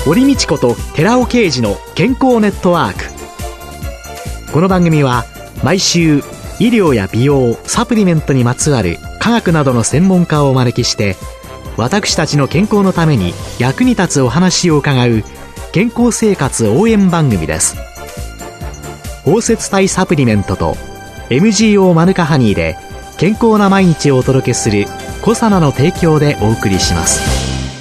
堀道子と寺尾啓二の健康ネットワーク。この番組は毎週医療や美容、サプリメントにまつわる科学などの専門家をお招きして、私たちの健康のために役に立つお話を伺う健康生活応援番組です。包摂体サプリメントと MGO マヌカハニーで健康な毎日をお届けするコサナの提供でお送りします。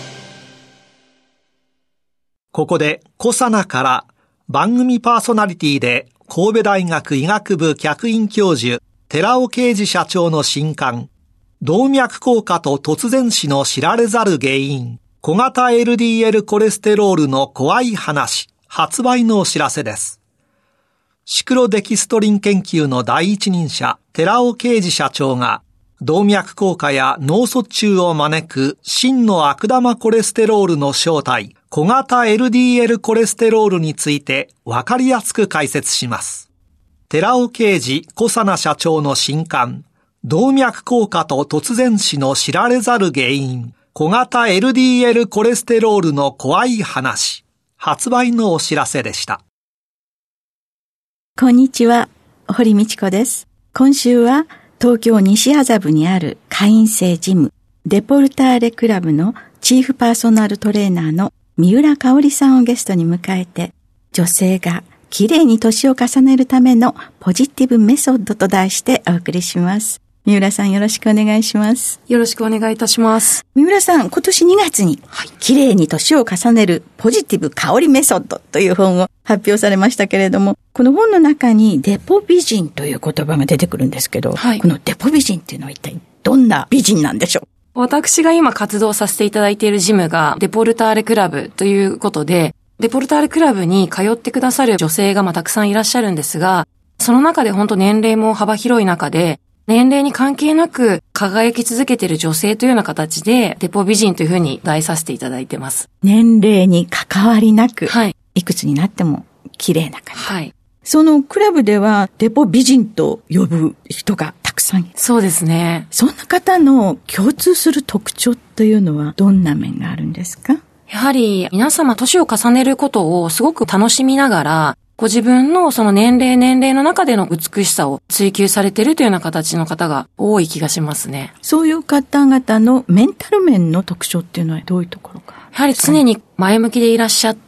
ここでコサナから番組パーソナリティで神戸大学医学部客員教授寺尾啓二社長の新刊、動脈硬化と突然死の知られざる原因、小型 LDL コレステロールの怖い話、発売のお知らせです。シクロデキストリン研究の第一人者寺尾啓二社長が、動脈硬化や脳卒中を招く真の悪玉コレステロールの正体、小型 LDL コレステロールについてわかりやすく解説します。寺尾啓二小佐奈社長の新刊、動脈硬化と突然死の知られざる原因、小型 LDL コレステロールの怖い話、発売のお知らせでした。 こんにちは、堀道子です。今週は東京西麻布にある会員制ジム、デポルターレクラブのチーフパーソナルトレーナーの三浦香織さんをゲストに迎えて、女性がきれいに年を重ねるためのポジティブメソッドと題してお送りします。三浦さん、よろしくお願いします。 よろしくお願いいたします。 三浦さん、今年2月に、きれいに年を重ねるポジティブ香りメソッドという本を発表されましたけれども、この本の中にデポ美人という言葉が出てくるんですけど、このデポ美人っていうのは一体どんな美人なんでしょう？ 私が今活動させていただいているジムがデポルターレクラブということで、デポルターレクラブに通ってくださる女性がたくさんいらっしゃるんですが、その中で本当年齢も幅広い中で、年齢に関係なく輝き続けている女性というような形でデポ美人というふうに題させていただいてます。 年齢に関わりなく、いくつになっても綺麗な方。そのクラブではデポ美人と呼ぶ人がたくさんいる。 そうですね。 そんな方の共通する特徴というのはどんな面があるんですか？ やはり皆様年を重ねることをすごく楽しみながら、ご自分のその年齢の中での美しさを追求されているというような形の方が多い気がしますね。 そういう方々のメンタル面の特徴っていうのはどういうところか？ やはり常に前向きでいらっしゃって、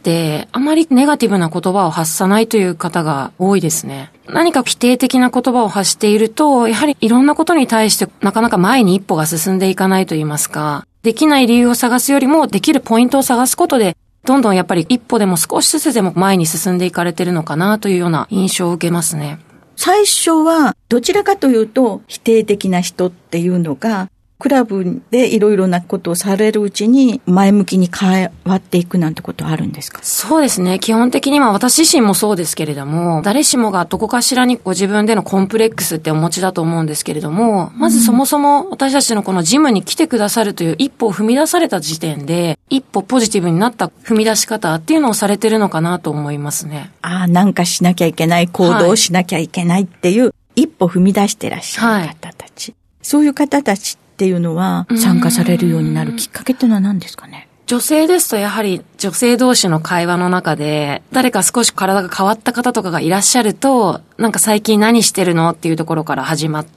あまりネガティブな言葉を発さないという方が多いですね。何か否定的な言葉を発していると、やはりいろんなことに対してなかなか前に一歩が進んでいかないと言いますか、できない理由を探すよりもできるポイントを探すことで、どんどんやっぱり一歩でも少しずつでも前に進んでいかれているのかなというような印象を受けますね。 最初はどちらかというと否定的な人っていうのがクラブでいろいろなことをされるうちに前向きに変わっていくなんてことはあるんですか？ そうですね。基本的には私自身もそうですけれども、誰しもがどこかしらにご自分でのコンプレックスってお持ちだと思うんですけれども、まずそもそも私たちのこのジムに来てくださるという一歩を踏み出された時点で、一歩ポジティブになった踏み出し方っていうのをされてるのかなと思いますね。 なんかしなきゃいけない、行動をしなきゃいけないっていう一歩踏み出してらっしゃる方たち。そういう方たちっていうのは参加されるようになるきっかけっていうのは何ですかね？ 女性ですとやはり女性同士の会話の中で誰か少し体が変わった方とかがいらっしゃると、なんか最近何してるのっていうところから始まって、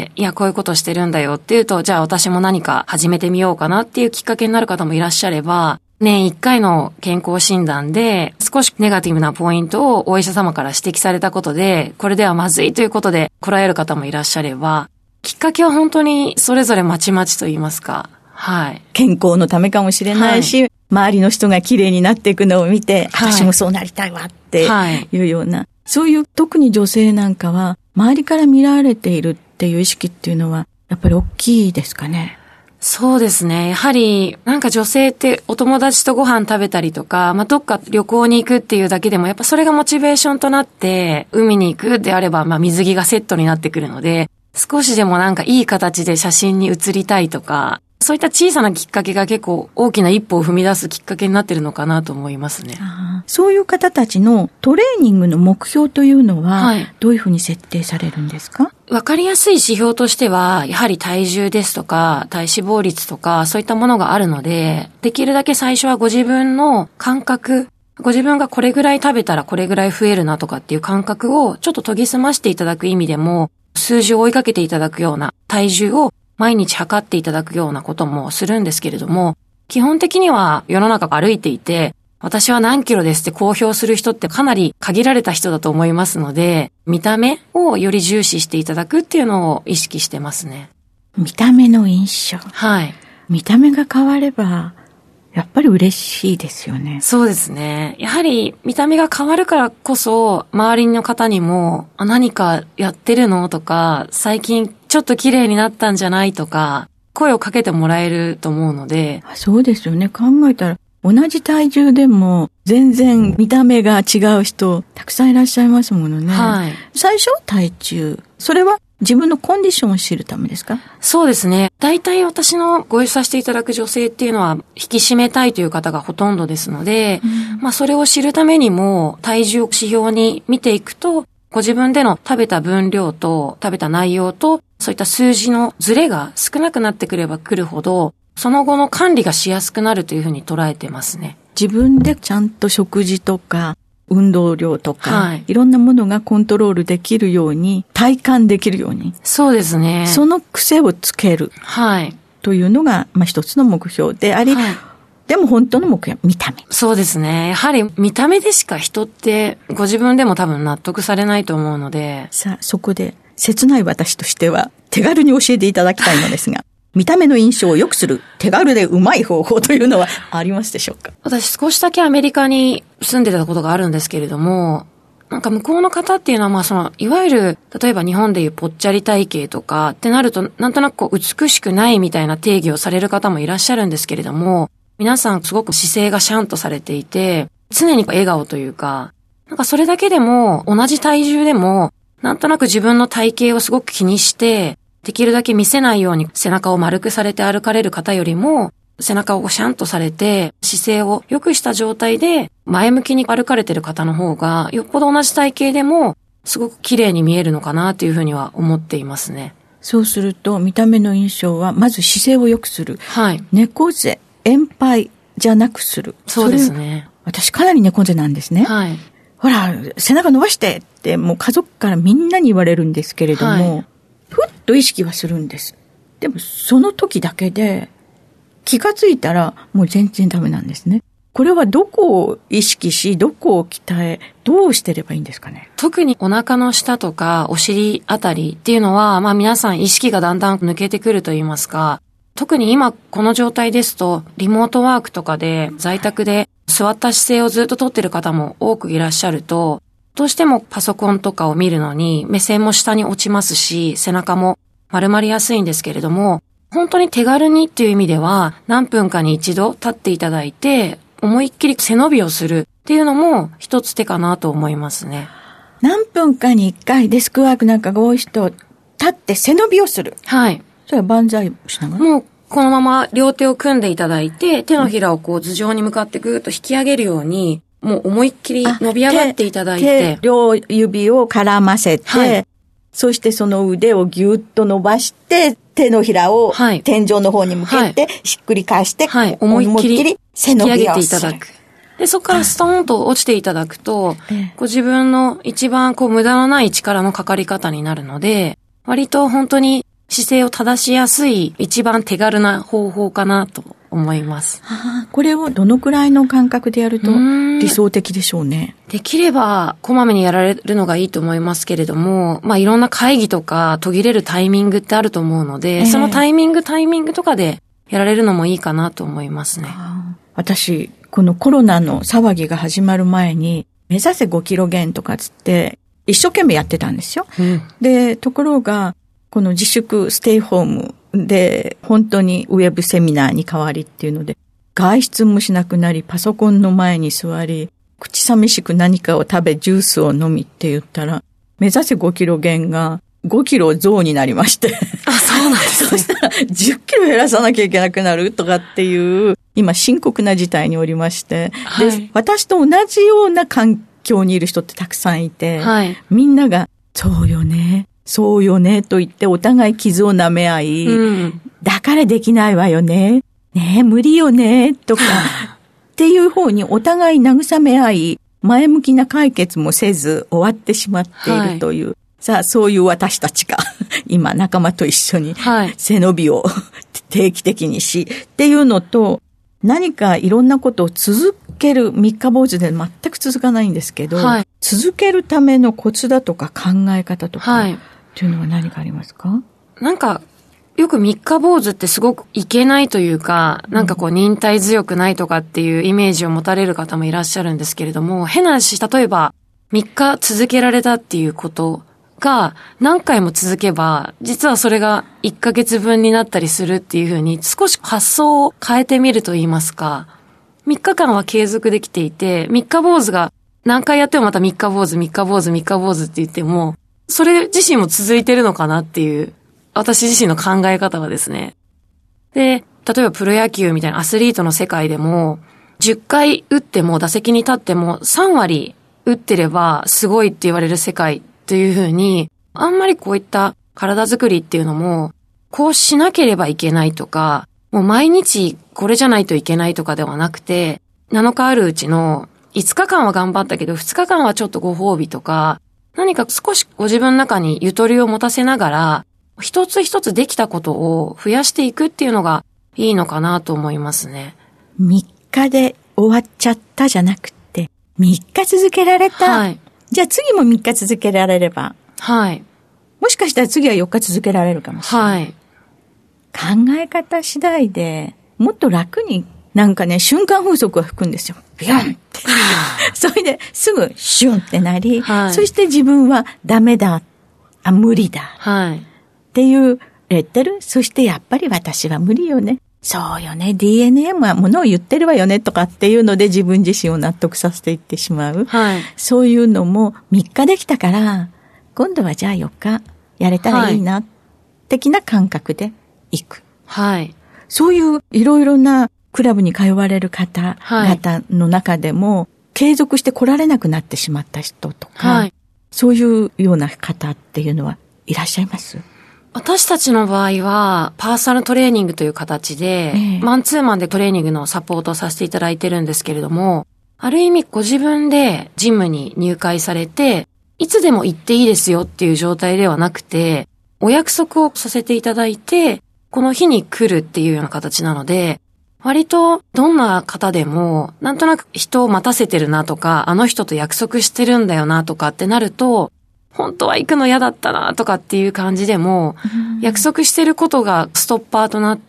いやこういうことしてるんだよっていうと、じゃあ私も何か始めてみようかなっていうきっかけになる方もいらっしゃれば、年1回の健康診断で少しネガティブなポイントをお医者様から指摘されたことで、これではまずいということでこらえる方もいらっしゃれば、きっかけは本当にそれぞれまちまちと言いますか。 健康のためかもしれないし、周りの人が綺麗になっていくのを見て、私もそうなりたいわっていうような、そういう特に女性なんかは周りから見られているっていう意識っていうのはやっぱり大きいですかね？ そうですね。やはりなんか女性ってお友達とご飯食べたりとか、どっか旅行に行くっていうだけでもやっぱそれがモチベーションとなって、海に行くであれば水着がセットになってくるので、少しでもなんかいい形で写真に写りたいとか、 そういった小さなきっかけが結構大きな一歩を踏み出すきっかけになってるのかなと思いますね。 そういう方たちのトレーニングの目標というのは、どういうふうに設定されるんですか？ わかりやすい指標としては、やはり体重ですとか、体脂肪率とか、そういったものがあるので、できるだけ最初はご自分の感覚、ご自分がこれぐらい食べたらこれぐらい増えるなとかっていう感覚をちょっと研ぎ澄ましていただく意味でも、数字を追いかけていただくような、体重を毎日測っていただくようなこともするんですけれども、基本的には世の中歩いていて、私は何キロですって公表する人ってかなり限られた人だと思いますので、見た目をより重視していただくっていうのを意識してますね。 見た目の印象。 はい。 見た目が変われば、やっぱり嬉しいですよね。 そうですね。やはり見た目が変わるからこそ、周りの方にも、何かやってるのとか、最近ちょっと綺麗になったんじゃないとか、声をかけてもらえると思うので。 そうですよね。考えたら、同じ体重でも全然見た目が違う人、たくさんいらっしゃいますものね。 はい。 最初、体重。それは自分のコンディションを知るためですか？ そうですね。大体私のご一緒させていただく女性っていうのは引き締めたいという方がほとんどですので、それを知るためにも体重を指標に見ていくと、ご自分での食べた分量と食べた内容とそういった数字のズレが少なくなってくればくるほど、その後の管理がしやすくなるというふうに捉えてますね。 自分でちゃんと食事とか運動量とか、いろんなものがコントロールできるように、体感できるように。 そうですね。 その癖をつける。 はい。 というのが、一つの目標であり、でも本当の目標は見た目。 そうですね。やはり見た目でしか人ってご自分でも多分納得されないと思うので。 さあ、そこで切ない私としては手軽に教えていただきたいのですが、見た目の印象を良くする手軽でうまい方法というのはありますでしょうか？ 私少しだけアメリカに住んでたことがあるんですけれども、なんか向こうの方っていうのはいわゆる、例えば日本でいうぽっちゃり体型とかってなると、なんとなく美しくないみたいな定義をされる方もいらっしゃるんですけれども、皆さんすごく姿勢がシャンとされていて、常に笑顔というか、なんかそれだけでも同じ体重でも、なんとなく自分の体型をすごく気にして、できるだけ見せないように背中を丸くされて歩かれる方よりも、背中をシャンとされて姿勢を良くした状態で前向きに歩かれてる方の方が、よっぽど同じ体型でもすごく綺麗に見えるのかなというふうには思っていますね。 そうすると見た目の印象はまず姿勢を良くする。 はい。 猫背、円杯じゃなくする。 そうですね。 私かなり猫背なんですね。 はい。 ほら、背中伸ばしてってもう家族からみんなに言われるんですけれども、ふっと意識はするんです。でもその時だけで気がついたらもう全然ダメなんですね。これはどこを意識し、どこを鍛え、どうしてればいいんですかね？ 特にお腹の下とかお尻あたりっていうのは、皆さん意識がだんだん抜けてくると言いますか、特に今この状態ですと、リモートワークとかで在宅で座った姿勢をずっと取ってる方も多くいらっしゃると、どうしてもパソコンとかを見るのに目線も下に落ちますし、背中も丸まりやすいんですけれども、本当に手軽にっていう意味では、何分かに一度立っていただいて、思いっきり背伸びをするっていうのも一つ手かなと思いますね。 何分かに一回デスクワークなんかが多い人、立って背伸びをする。 はい。 それは万歳しながら？ もうこのまま両手を組んでいただいて、手のひらを頭上に向かってぐーっと引き上げるように、もう思いっきり伸び上がっていただいて。 両指を絡ませて、そしてその腕をぎゅっと伸ばして、手のひらを天井の方に向けて、ひっくり返して、 思いっきり背伸びを引き上げていただく。で、そこからストーンと落ちていただくと、ご自分の一番無駄のない力のかかり方になるので、割と本当に姿勢を正しやすい一番手軽な方法かなと思います。 これをどのくらいの間隔でやると理想的でしょうね？ できればこまめにやられるのがいいと思いますけれども、いろんな会議とか途切れるタイミングってあると思うので、そのタイミングとかでやられるのもいいかなと思いますね。 私、このコロナの騒ぎが始まる前に、目指せ5キロ減とかつって一生懸命やってたんですよ。で、ところが、この自粛ステイホームで本当にウェブセミナーに代わりっていうので、外出もしなくなり、パソコンの前に座り、口寂しく何かを食べ、ジュースを飲みって言ったら、目指せ5キロ減が 5キロ増になりまして。 あ、そうなんですね。 そしたら10キロ減らさなきゃいけなくなるとかっていう、今深刻な事態におりまして、はい、で、私と同じような環境にいる人ってたくさんいて、はい、みんなが、そうよね、そうよねと言ってお互い傷を舐め合い、だからできないわよね、ねえ、無理よね、とか、っていう方にお互い慰め合い、前向きな解決もせず終わってしまっているという、はい、さあそういう私たちが今仲間と一緒に背伸びを定期的にしっていうのと、何かいろんなことを続ける、三日坊主で全く続かないんですけど、はい、続けるためのコツだとか考え方とか、はい、っていうのは何かありますか？ なんかよく三日坊主ってすごくいけないというか、なんかこう忍耐強くないとかっていうイメージを持たれる方もいらっしゃるんですけれども、変な話、例えば3日続けられたっていうことが何回も続けば、実はそれが1ヶ月分になったりするっていうふうに少し発想を変えてみると言いますか、3日間は継続できていて、三日坊主が何回やってもまた三日坊主、三日坊主、三日坊主って言っても、それ自身も続いてるのかなっていう、私自身の考え方はですね。で、例えばプロ野球みたいなアスリートの世界でも、10回打っても打席に立っても3割打ってればすごいって言われる世界というふうに、あんまりこういった体作りっていうのも、こうしなければいけないとか、もう毎日これじゃないといけないとかではなくて、7日あるうちの5日間は頑張ったけど、2日間はちょっとご褒美とか、何か少しご自分の中にゆとりを持たせながら、一つ一つできたことを増やしていくっていうのがいいのかなと思いますね。 3日で終わっちゃったじゃなくて、3日続けられた。はい。じゃあ次も3日続けられれば。 はい。 もしかしたら次は4日続けられるかもしれない。はい。考え方次第でもっと楽に、なんかね、瞬間風速が吹くんですよ。ビュンって。それですぐシュンってなり、はい、そして自分はダメだ。無理だ。はい。っていうレッテル、そしてやっぱり私は無理よね。そうよね。DNA はものを言ってるわよねとかっていうので自分自身を納得させていってしまう。はい。そういうのも3日できたから、今度はじゃあ4日やれたらいいな、はい、的な感覚で行く。はい。そういういろいろなクラブに通われる方々の中でも、はい、継続して来られなくなってしまった人とか、はい、そういうような方っていうのはいらっしゃいます？ 私たちの場合は、パーソナルトレーニングという形で、マンツーマンでトレーニングのサポートをさせていただいてるんですけれども、ある意味ご自分でジムに入会されて、いつでも行っていいですよっていう状態ではなくて、お約束をさせていただいて、この日に来るっていうような形なので、割とどんな方でも、なんとなく人を待たせてるなとか、あの人と約束してるんだよなとかってなると、本当は行くの嫌だったなとかっていう感じでも、約束してることがストッパーとなって、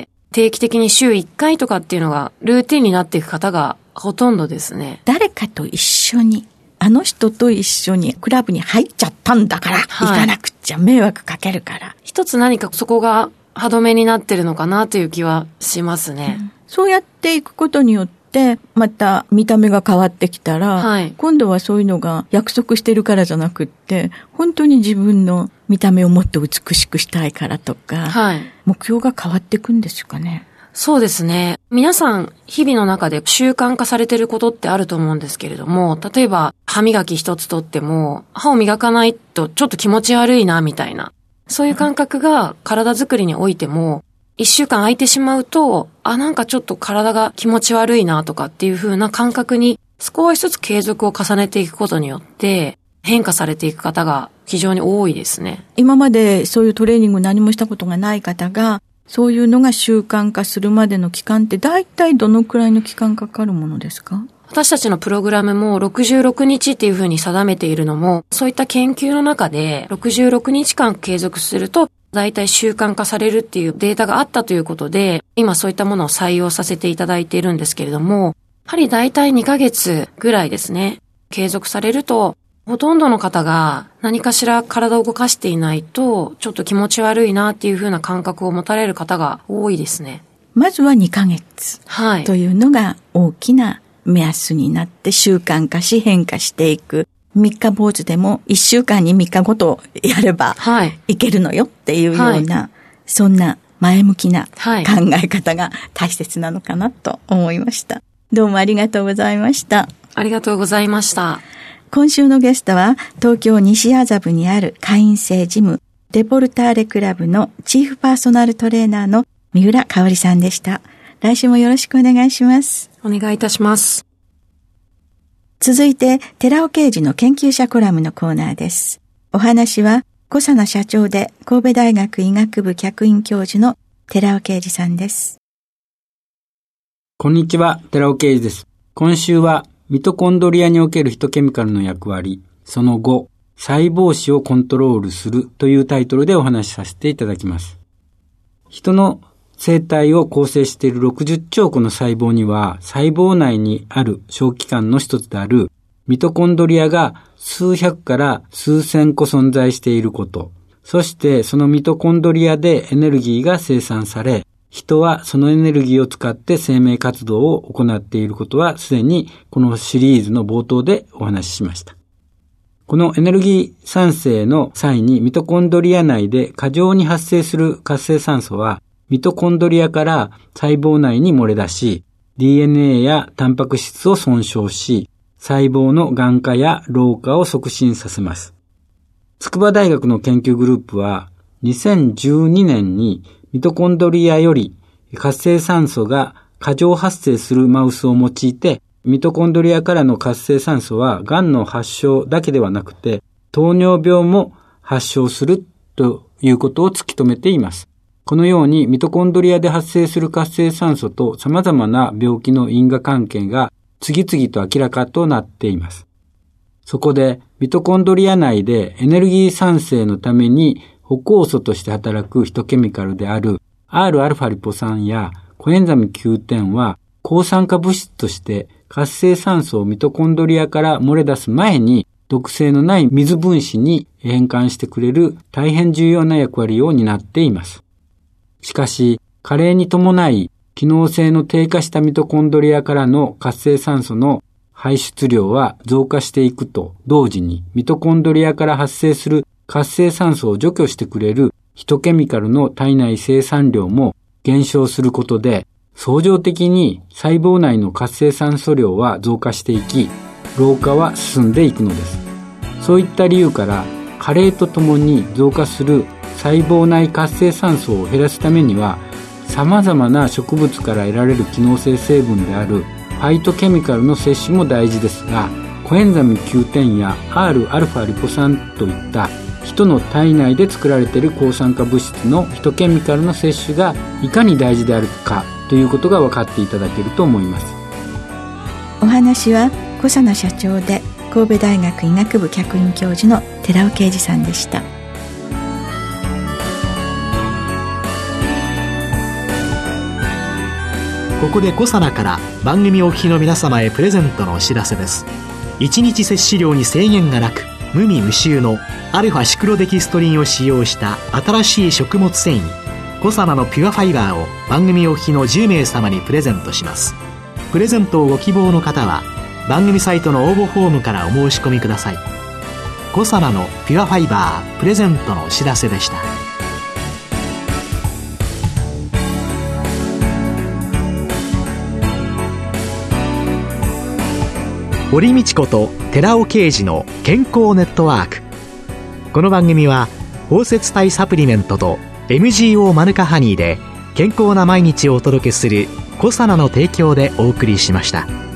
定期的に週1回とかっていうのがルーティンになっていく方がほとんどですね。 誰かと一緒に、あの人と一緒にクラブに入っちゃったんだから、行かなくちゃ迷惑かけるから。 一つ何かそこが歯止めになってるのかなという気はしますね。 そうやっていくことによって、また見た目が変わってきたら、はい、今度はそういうのが約束してるからじゃなくって、本当に自分の見た目をもっと美しくしたいからとか、はい、目標が変わっていくんですかね。 そうですね。皆さん、日々の中で習慣化されてることってあると思うんですけれども、例えば、歯磨き一つとっても、歯を磨かないとちょっと気持ち悪いな、みたいな。そういう感覚が体作りにおいても、1週間空いてしまうと、なんかちょっと体が気持ち悪いなとかっていう風な感覚に少しずつ継続を重ねていくことによって変化されていく方が非常に多いですね。 今までそういうトレーニング何もしたことがない方が、そういうのが習慣化するまでの期間って大体どのくらいの期間かかるものですか？ 私たちのプログラムも66日っていう風に定めているのも、そういった研究の中で66日間継続すると大体習慣化されるっていうデータがあったということで、今そういったものを採用させていただいているんですけれども、やはり大体2ヶ月ぐらいですね、継続されると、ほとんどの方が何かしら体を動かしていないと、ちょっと気持ち悪いなっていう風な感覚を持たれる方が多いですね。 まずは2ヶ月というのが大きな目安になって習慣化し変化していく。 三日坊主でも1週間に3日ごとやればいけるのよっていうような、そんな前向きな考え方が大切なのかなと思いました。どうもありがとうございました。 ありがとうございました。 今週のゲストは東京西麻布にある会員制ジムデポルターレクラブのチーフパーソナルトレーナーの三浦香織さんでした。来週もよろしくお願いします。 お願いいたします。 続いて寺尾啓二の研究者コラムのコーナーです。お話は小佐奈社長で神戸大学医学部客員教授の寺尾啓二さんです。 こんにちは、寺尾啓二です。今週はミトコンドリアにおけるヒトケミカルの役割、その後、細胞死をコントロールするというタイトルでお話しさせていただきます。人の生体を構成している60兆個の細胞には、細胞内にある小器官の一つであるミトコンドリアが数百から数千個存在していること、そしてそのミトコンドリアでエネルギーが生産され、人はそのエネルギーを使って生命活動を行っていることはすでにこのシリーズの冒頭でお話ししました。このエネルギー産生の際にミトコンドリア内で過剰に発生する活性酸素はミトコンドリアから細胞内に漏れ出し、DNA やタンパク質を損傷し、細胞の癌化や老化を促進させます。筑波大学の研究グループは、2012年にミトコンドリアより活性酸素が過剰発生するマウスを用いて、ミトコンドリアからの活性酸素は癌の発症だけではなくて、糖尿病も発症するということを突き止めています。このようにミトコンドリアで発生する活性酸素と様々な病気の因果関係が次々と明らかとなっています。そこでミトコンドリア内でエネルギー産生のために補酵素として働くヒトケミカルである Rα リポ酸やコエンザミ Q10 は抗酸化物質として活性酸素をミトコンドリアから漏れ出す前に毒性のない水分子に変換してくれる大変重要な役割を担っています。しかし、加齢に伴い、機能性の低下したミトコンドリアからの活性酸素の排出量は増加していくと同時に、ミトコンドリアから発生する活性酸素を除去してくれるヒトケミカルの体内生産量も減少することで、相乗的に細胞内の活性酸素量は増加していき、老化は進んでいくのです。そういった理由から、加齢とともに増加する細胞内活性酸素を減らすためには、様々な植物から得られる機能性成分であるファイトケミカルの摂取も大事ですが、コエンザミ Q10 や Rα リポ酸といった人の体内で作られている抗酸化物質のヒトケミカルの摂取がいかに大事であるかということが分かっていただけると思います。 お話は小佐奈社長で神戸大学医学部客員教授の寺尾啓二さんでした。 ここでコサナから番組お聞きの皆様へプレゼントのお知らせです。1日摂取量に制限がなく無味無臭のアルファシクロデキストリンを使用した新しい食物繊維コサナのピュアファイバーを番組お聞きの10名様にプレゼントします。プレゼントをご希望の方は番組サイトの応募フォームからお申し込みください。コサナのピュアファイバープレゼントのお知らせでした。堀道子と寺尾啓二の健康ネットワーク。この番組は包摂体サプリメントと MGO マヌカハニーで健康な毎日をお届けするコサナの提供でお送りしました。